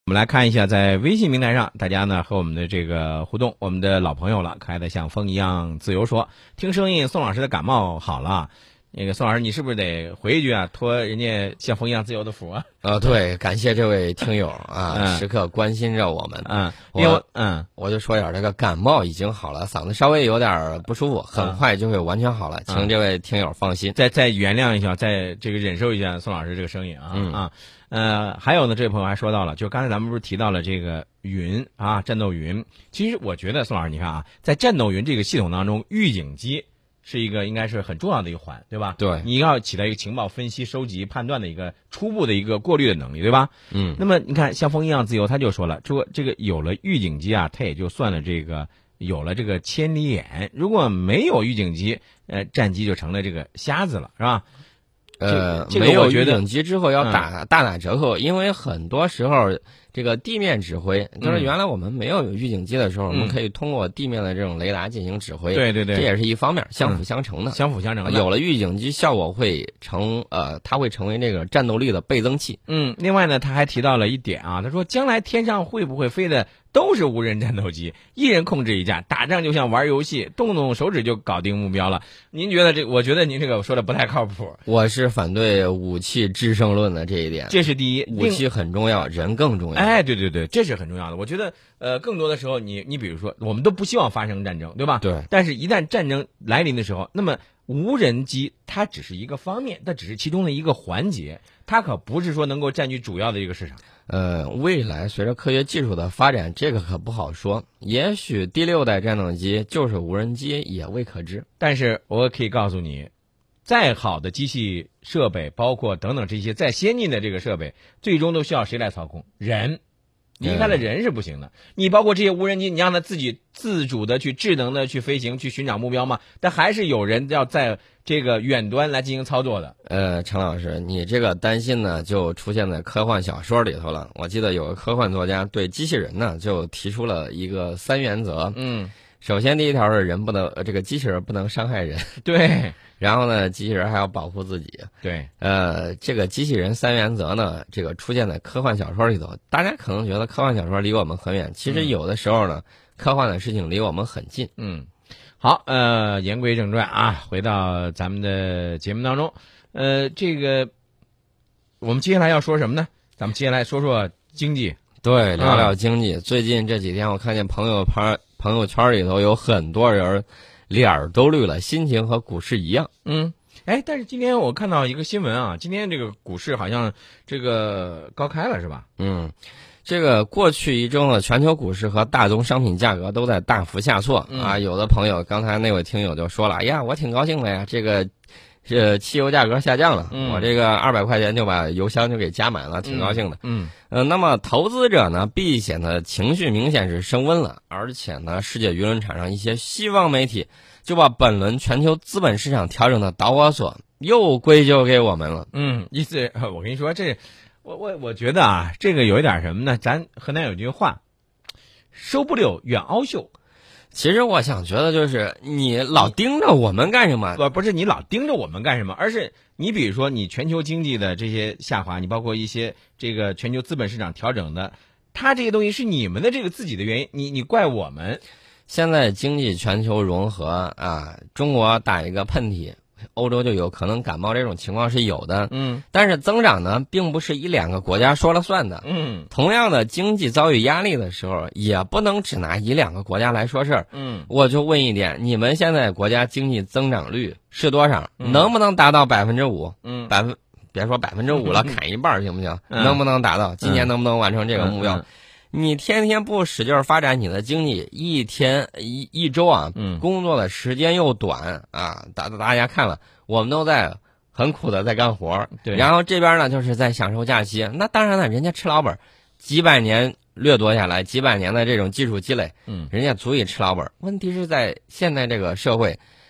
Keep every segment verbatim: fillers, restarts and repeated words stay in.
我们来看一下，在微信平台上，大家呢和我们的这个互动，我们的老朋友了，可爱的像风一样自由说，听声音宋老师的感冒好了。那个宋老师，你是不是得回一句啊？托人家像风一样自由的福啊！ 呃，对，感谢这位听友啊， 嗯、 时刻关心着我们。 嗯， 我嗯， 我就说点这个感冒已经好了，嗓子稍微有点不舒服，很快就会完全好了， 嗯、 请这位听友放心。 再再原谅一下，再这个忍受一下宋老师这个声音啊、 嗯、 啊。呃，还有呢，这位朋友还说到了，就刚才咱们不是提到了这个云啊，战斗云。其实我觉得宋老师，你看啊，在战斗云这个系统当中，预警机是一个应该是很重要的一环，对吧？ 对， 你要起到一个情报分析、收集、判断的一个初步的一个过滤的能力，对吧？ 嗯。 那么你看，像风一样自由，他就说了，说这个有了预警机啊，他也就算了这个有了这个千里眼。如果没有预警机，呃，战机就成了这个瞎子了，是吧？ 呃， 这个、 没有预警机之后要打、 嗯、 大打折扣，因为很多时候这个地面指挥，就是原来我们没有预警机的时候， 嗯、 我们可以通过地面的这种雷达进行指挥。 对对对， 这也是一方面，相辅相成的。 嗯、相辅相成的。 有了预警机，效果会成呃，它会成为这个战斗力的倍增器。 嗯，另外呢，他还提到了一点啊，他说将来天上会不会飞的都是无人战斗机，一人控制一架，打仗就像玩游戏，动动手指就搞定目标了。您觉得这？我觉得您这个说的不太靠谱。 我是反对武器制胜论的这一点。 这是第一， 武器很重要，人更重要。 哎，对对对，这是很重要的。我觉得，呃，更多的时候你，你你比如说，我们都不希望发生战争，对吧？ 对。 但是，一旦战争来临的时候，那么无人机它只是一个方面，它只是其中的一个环节，它可不是说能够占据主要的一个市场。 呃，未来随着科学技术的发展，这个可不好说。也许第六代战斗机就是无人机，也未可知。 但是我可以告诉你，再好的机器设备，包括等等这些再先进的这个设备，最终都需要谁来操控？人。离开了人是不行的。嗯、你包括这些无人机，你让它自己自主的去智能的去飞行，去寻找目标嘛？但还是有人要在这个远端来进行操作的。 呃，陈老师，你这个担心呢，就出现在科幻小说里头了。我记得有个科幻作家对机器人呢，就提出了一个三原则。 嗯， 首先第一条是人不能，呃，这个机器人不能伤害人。 对。 然后呢，机器人还要保护自己。 对， 呃，这个机器人三原则呢，这个出现在科幻小说里头。大家可能觉得科幻小说离我们很远，其实有的时候呢，嗯、科幻的事情离我们很近。 嗯，好，呃，言归正传啊，回到咱们的节目当中。呃，这个我们接下来要说什么呢？咱们接下来说说经济。 对，聊聊经济。嗯、最近这几天，我看见朋友圈朋友圈里头有很多人。脸儿都绿了，心情和股市一样。 嗯，哎，但是今天我看到一个新闻啊，今天这个股市好像这个高开了，是吧？ 嗯，这个过去一周呢，全球股市和大宗商品价格都在大幅下挫、 嗯、 啊。有的朋友，刚才那位听友就说了，哎呀，我挺高兴的呀，这个这汽油价格下降了， 嗯、 我这个二百块钱就把油箱就给加满了，挺高兴的。 嗯， 呃，那么投资者呢，避险的情绪明显是升温了，而且呢，世界舆论场上一些西方媒体就把本轮全球资本市场调整的导火索又归咎给我们了。 嗯，意思我跟你说，这我我我觉得啊，这个有一点什么呢？咱河南有句话，收不溜远凹袖。 其实我想觉得就是你老盯着我们干什么？ 不不是你老盯着我们干什么，而是你比如说你全球经济的这些下滑，你包括一些这个全球资本市场调整的，它这些东西是你们的这个自己的原因，你你怪我们。 现在经济全球融合啊，中国打一个喷嚏，欧洲就有可能感冒，这种情况是有的。 嗯， 但是增长呢，并不是一两个国家说了算的。 嗯， 同样的经济遭遇压力的时候，也不能只拿一两个国家来说事儿。 嗯， 我就问一点，你们现在国家经济增长率是多少？ 嗯、 能不能达到百分之五？ 嗯， 百分别说百分之五了，砍一半行不行？ 嗯、 能不能达到？今年能不能完成这个目标？ 嗯嗯你天天不使劲发展你的经济，一天一一周啊， 嗯， 工作的时间又短啊，大大家看了，我们都在很苦的在干活， 对， 然后这边呢就是在享受假期，那当然了，人家吃老本，几百年掠夺下来，几百年的这种技术积累， 嗯， 人家足以吃老本。问题是在现在这个社会，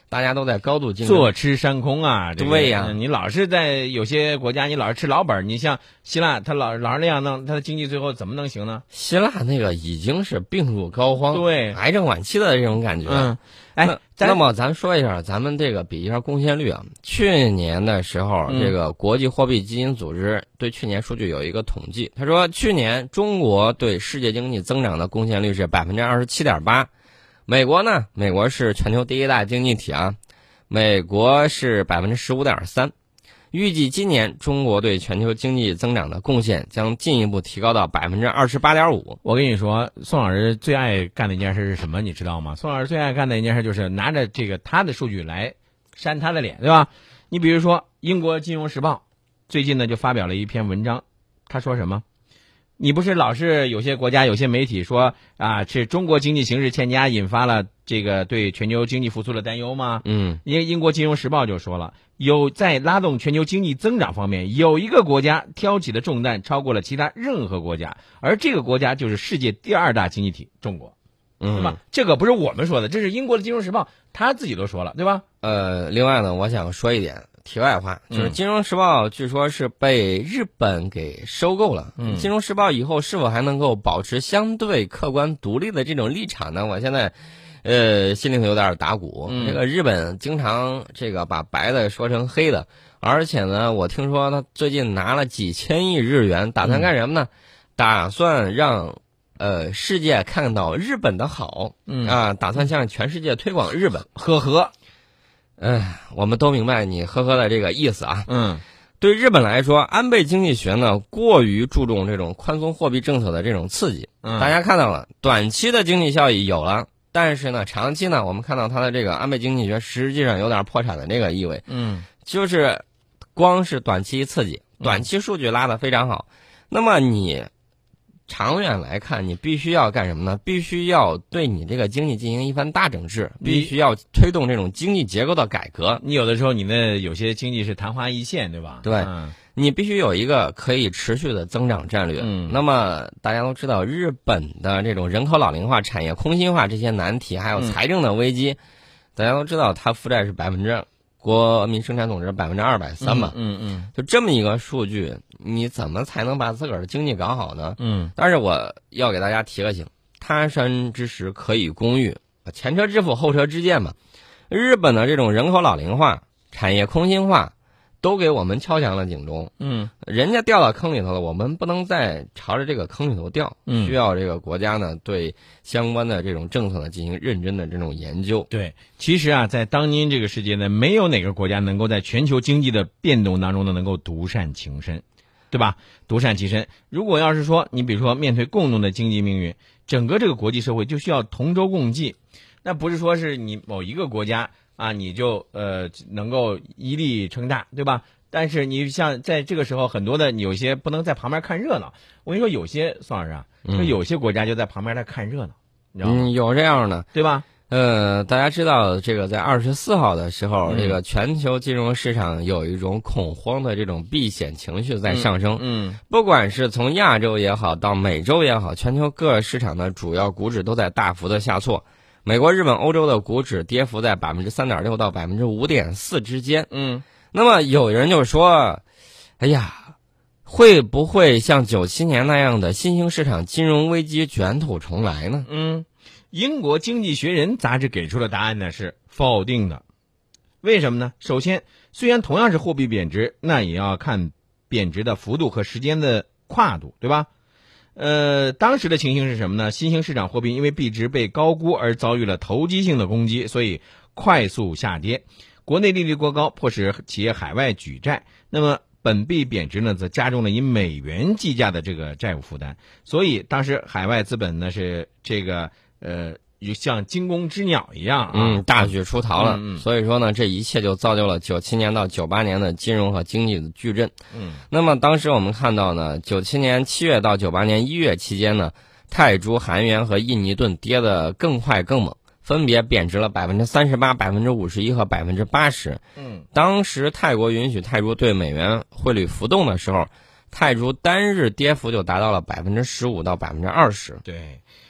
大家都在高度竞争， 坐吃山空啊！这个、 对呀、 嗯，你老是在有些国家，你老是吃老本，你像希腊，他老老是那样弄，他的经济最后怎么能行呢？ 希腊那个已经是病入膏肓， 对， 癌症晚期的这种感觉。 嗯，哎， 那那么咱说一下，咱们这个比一下贡献率啊。去年的时候， 嗯、 这个国际货币基金组织对去年数据有一个统计，他说去年中国对世界经济增长的贡献率是百分之二十七点八。美国呢？美国是全球第一大经济体啊，美国是百分之十五点三。预计今年中国对全球经济增长的贡献将进一步提高到百分之二十八点五。 我跟你说，宋老师最爱干的一件事是什么？你知道吗？宋老师最爱干的一件事就是拿着这个他的数据来扇他的脸，对吧？你比如说，英国金融时报最近呢就发表了一篇文章，他说什么？你不是老是有些国家有些媒体说啊，是中国经济形势欠佳引发了这个对全球经济复苏的担忧吗？ 嗯， 因英国金融时报就说了，有在拉动全球经济增长方面，有一个国家挑起的重担超过了其他任何国家，而这个国家就是世界第二大经济体中国，对吧？ 嗯、 这个不是我们说的，这是英国的金融时报他自己都说了，对吧？ 呃，另外呢，我想说一点。题外话，就是《金融时报》据说是被日本给收购了。 嗯， 《金融时报》以后是否还能够保持相对客观独立的这种立场呢？我现在，呃，心里头有点打鼓。 嗯、 这个日本经常这个把白的说成黑的，而且呢，我听说他最近拿了几千亿日元，打算干什么呢？嗯、打算让呃世界看到日本的好， 嗯啊，打算向全世界推广日本。 呵呵。 哎，我们都明白你呵呵的这个意思啊。 嗯， 对日本来说，安倍经济学呢过于注重这种宽松货币政策的这种刺激。 嗯， 大家看到了，短期的经济效益有了，但是呢，长期呢，我们看到它的这个安倍经济学实际上有点破产的这个意味。 嗯， 就是光是短期刺激，短期数据拉得非常好，嗯、那么你长远来看，你必须要干什么呢？必须要对你这个经济进行一番大整治，必须要推动这种经济结构的改革。 你有的时候你的有些经济是昙花一现，对吧？ 对， 嗯、 你必须有一个可以持续的增长战略。 嗯， 那么大家都知道，日本的这种人口老龄化、产业空心化这些难题，还有财政的危机，嗯、大家都知道，它负债是百分之。国民生产总值百分之二百三嘛， 嗯嗯， 就这么一个数据，你怎么才能把自个儿的经济搞好呢？ 嗯， 但是我要给大家提个醒，他山之石可以攻玉，前车之鉴后车之鉴嘛。日本的这种人口老龄化、产业空心化，都给我们敲响了警钟。 嗯， 人家掉到坑里头了，我们不能再朝着这个坑里头掉。 嗯， 需要这个国家呢对相关的这种政策呢进行认真的这种研究。 对，其实啊，在当今这个世界呢，没有哪个国家能够在全球经济的变动当中呢能够独善其身，对吧？独善其身。如果要是说你比如说面对共同的经济命运，整个这个国际社会就需要同舟共济，那不是说是你某一个国家。啊，你就呃能够一力撑大，对吧？但是你像在这个时候，很多的有些不能在旁边看热闹。我跟你说，有些宋老师啊，就有些国家就在旁边在看热闹，你知道吗？ 嗯，有这样的， 对吧？ 呃，大家知道这个在二十四号的时候， 嗯、 这个全球金融市场有一种恐慌的这种避险情绪在上升。 嗯，嗯不管是从亚洲也好，到美洲也好，全球各市场的主要股指都在大幅的下挫。美国、日本、欧洲的股指跌幅在百分之三点六到百分之五点四之间。 嗯， 那么有人就说：“哎呀，会不会像九七年那样的新兴市场金融危机卷土重来呢？” 嗯，英国《经济学人》杂志给出的答案呢是否定的。为什么呢？首先，虽然同样是货币贬值，那也要看贬值的幅度和时间的跨度，对吧？呃，当时的情形是什么呢？新兴市场货币因为币值被高估而遭遇了投机性的攻击，所以快速下跌。国内利率过高，迫使企业海外举债，那么本币贬值呢，则加重了以美元计价的这个债务负担。所以当时海外资本呢是这个呃，像惊弓之鸟一样啊， 嗯，大举出逃了。 嗯嗯所以说呢，这一切就造就了九七年到九八年的金融和经济的巨震。 嗯， 那么当时我们看到呢，九七年七月到九八年一月期间呢，泰铢、韩元和印尼盾跌得更快更猛，分别贬值了百分之三十八、百分之五十一和百分之八十。 嗯， 当时泰国允许泰铢对美元汇率浮动的时候，泰铢单日跌幅就达到了百分之十五到百分之二十。 对。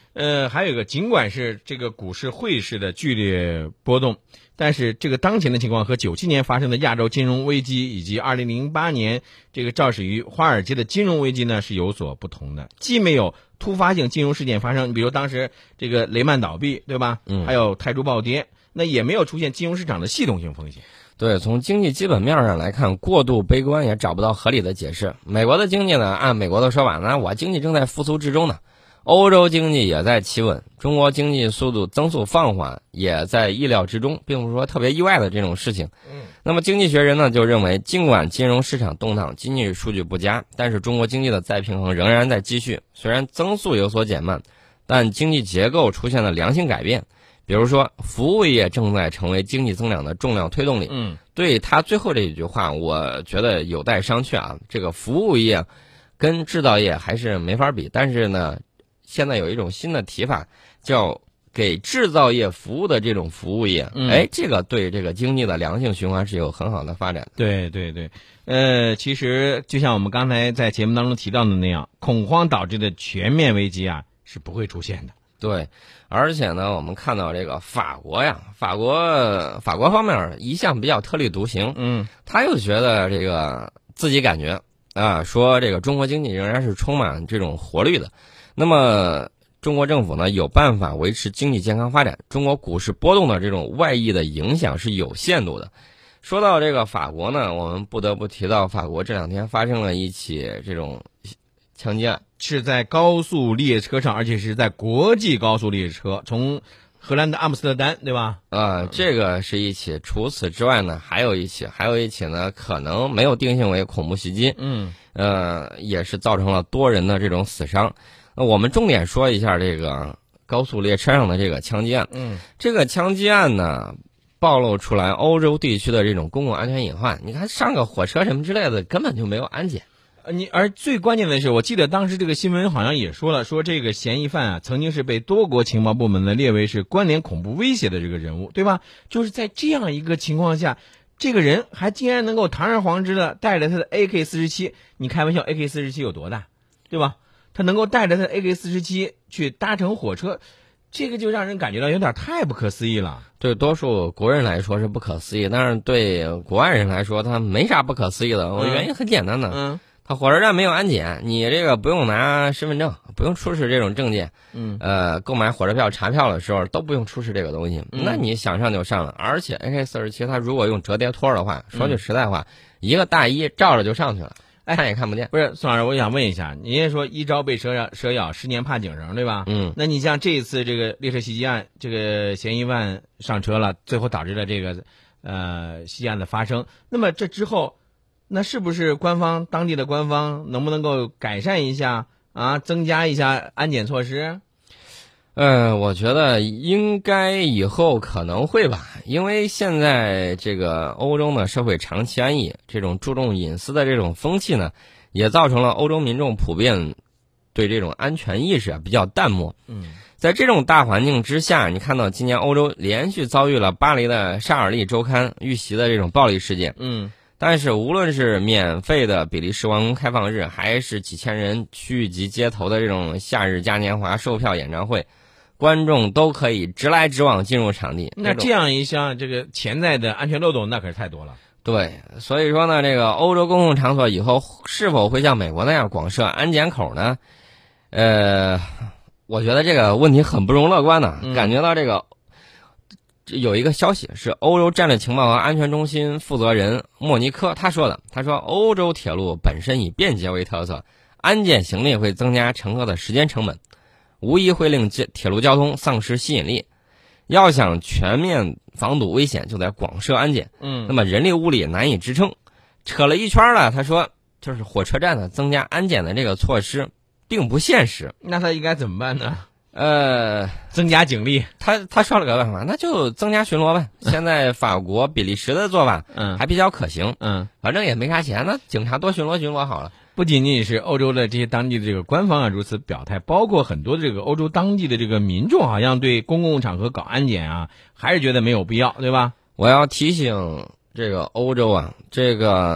呃，还有一个，尽管是这个股市汇市的剧烈波动，但是这个当前的情况和九七年发生的亚洲金融危机以及二零零八年这个肇始于华尔街的金融危机呢是有所不同的。既没有突发性金融事件发生，比如当时这个雷曼倒闭，对吧？ 嗯， 还有泰铢暴跌，那也没有出现金融市场的系统性风险。 对，从经济基本面上来看，过度悲观也找不到合理的解释。美国的经济呢，按美国的说法呢，我经济正在复苏之中呢。欧洲经济也在企稳，中国经济速度增速放缓也在意料之中，并不是说特别意外的这种事情。 嗯， 那么经济学人呢就认为，尽管金融市场动荡，经济数据不佳，但是中国经济的再平衡仍然在继续。虽然增速有所减慢，但经济结构出现了良性改变。比如说，服务业正在成为经济增长的重量推动力。 嗯， 对他最后这一句话，我觉得有待商榷啊。这个服务业跟制造业还是没法比，但是呢。现在有一种新的提法，叫给制造业服务的这种服务业， 嗯、 哎，这个对这个经济的良性循环是有很好的发展。 对对对，呃，其实就像我们刚才在节目当中提到的那样，恐慌导致的全面危机啊是不会出现的。 对，而且呢，我们看到这个法国呀，法国法国方面一向比较特立独行， 嗯， 他又觉得这个自己感觉啊，说这个中国经济仍然是充满这种活力的。那么中国政府呢有办法维持经济健康发展，中国股市波动的这种外溢的影响是有限度的。说到这个法国呢，我们不得不提到法国这两天发生了一起这种枪击案， 是在高速列车上，而且是在国际高速列车，从荷兰的阿姆斯特丹，对吧？ 啊、呃，这个是一起。除此之外呢，还有一起，还有一起呢，可能没有定性为恐怖袭击， 嗯， 呃，也是造成了多人的这种死伤。那我们重点说一下这个高速列车上的这个枪击案。 嗯， 这个枪击案呢，暴露出来欧洲地区的这种公共安全隐患。你看上个火车什么之类的，根本就没有安检。 呃，你而最关键的是，我记得当时这个新闻好像也说了，说这个嫌疑犯啊，曾经是被多国情报部门呢列为是关联恐怖威胁的这个人物，对吧？就是在这样一个情况下，这个人还竟然能够堂而皇之的带着他的 A K 四十七，你开玩笑 ，A K 四十七有多大，对吧？他能够带着他的 A K 四十七去搭乘火车，这个就让人感觉到有点太不可思议了。 对多数国人来说是不可思议，但是对国外人来说，他没啥不可思议的。我原因很简单的， 嗯， 他火车站没有安检，你这个不用拿身份证，不用出示这种证件， 嗯， 呃，购买火车票、查票的时候都不用出示这个东西， 嗯、 那你想上就上了。而且 A K 四十七，它如果用折叠托的话，说句实在话，嗯、一个大衣罩着就上去了。看也看不见。 不是，宋老师，我想问一下，您也说一朝被蛇咬，蛇咬十年怕井绳，对吧？ 嗯， 那你像这一次这个列车袭击案，这个嫌疑犯上车了，最后导致了这个呃袭击案的发生。那么这之后，那是不是官方当地的官方能不能够改善一下啊，增加一下安检措施？ 呃，我觉得应该以后可能会吧，因为现在这个欧洲呢社会长期安逸，这种注重隐私的这种风气呢，也造成了欧洲民众普遍对这种安全意识啊比较淡漠。 嗯， 在这种大环境之下，你看到今年欧洲连续遭遇了巴黎的沙尔利周刊遇袭的这种暴力事件。 嗯， 但是无论是免费的比利时王宫开放日，还是几千人聚集街头的这种夏日嘉年华售票演唱会，观众都可以直来直往进入场地。 那这样一项这个潜在的安全漏洞，那可是太多了。 对，所以说呢，这个欧洲公共场所以后是否会像美国那样广设安检口呢？呃，我觉得这个问题很不容乐观的。 嗯、 感觉到这个有一个消息是欧洲战略情报和安全中心负责人莫尼科他说的，他说欧洲铁路本身以便捷为特色，安检行李会增加乘客的时间成本，无疑会令铁路交通丧失吸引力。要想全面防堵危险，就得广设安检。 嗯， 那么人力物力难以支撑。扯了一圈了，他说，就是火车站呢增加安检的这个措施并不现实。 那他应该怎么办呢？ 呃， 增加警力。 他他说了个办法，那就增加巡逻呗。现在法国、比利时的做法， 嗯， 还比较可行。 嗯， 反正也没啥钱，那警察多巡逻巡逻好了。 不仅仅是欧洲的这些当地的这个官方啊如此表态，包括很多的这个欧洲当地的这个民众，好像对公共场合搞安检啊，还是觉得没有必要，对吧？ 我要提醒这个欧洲啊，这个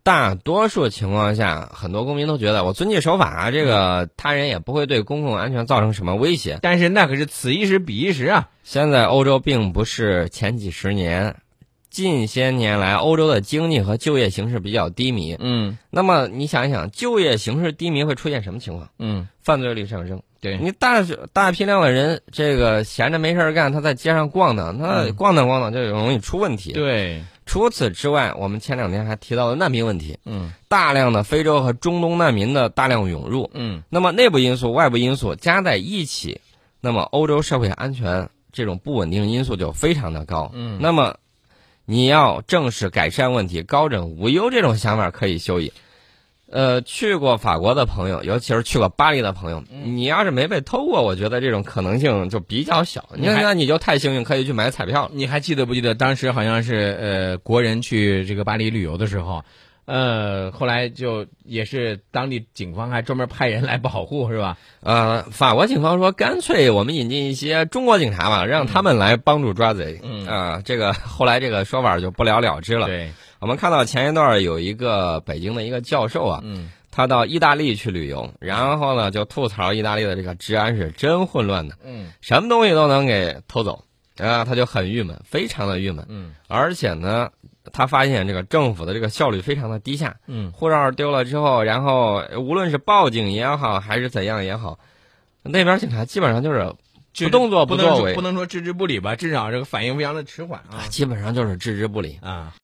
大多数情况下，很多公民都觉得我遵纪守法，这个他人也不会对公共安全造成什么威胁。 但是那可是此一时彼一时啊！ 现在欧洲并不是前几十年，近些年来欧洲的经济和就业形势比较低迷。 嗯， 那么你想一想，就业形势低迷会出现什么情况？ 嗯， 犯罪率上升。 对， 你大大批量的人，这个闲着没事干，他在街上逛荡，他逛荡逛荡就容易出问题。 对， 除此之外，我们前两天还提到了难民问题。 嗯， 大量的非洲和中东难民的大量涌入。 嗯， 那么内部因素、外部因素加在一起，那么欧洲社会安全这种不稳定因素就非常的高。 嗯， 那么你要正视改善问题、高枕无忧这种想法可以休矣。呃，去过法国的朋友，尤其是去过巴黎的朋友， 嗯、 你要是没被偷过，我觉得这种可能性就比较小。你看，那你就太幸运，可以去买彩票了。 你还记得不记得当时好像是呃国人去这个巴黎旅游的时候，呃，后来就也是当地警方还专门派人来保护，是吧？ 呃，法国警方说，干脆我们引进一些中国警察吧，让他们来帮助抓贼。 嗯啊、呃，这个后来这个说法就不了了之了。 对。 我们看到前一段有一个北京的一个教授啊， 嗯， 他到意大利去旅游，然后呢就吐槽意大利的这个治安是真混乱的， 嗯， 什么东西都能给偷走，啊，他就很郁闷，非常的郁闷， 嗯， 而且呢，他发现这个政府的这个效率非常的低下， 嗯， 护照丢了之后，然后无论是报警也好，还是怎样也好，那边警察基本上就是不动作不作为， 不能说置之不理吧，至少这个反应非常的迟缓啊， 基本上就是置之不理啊。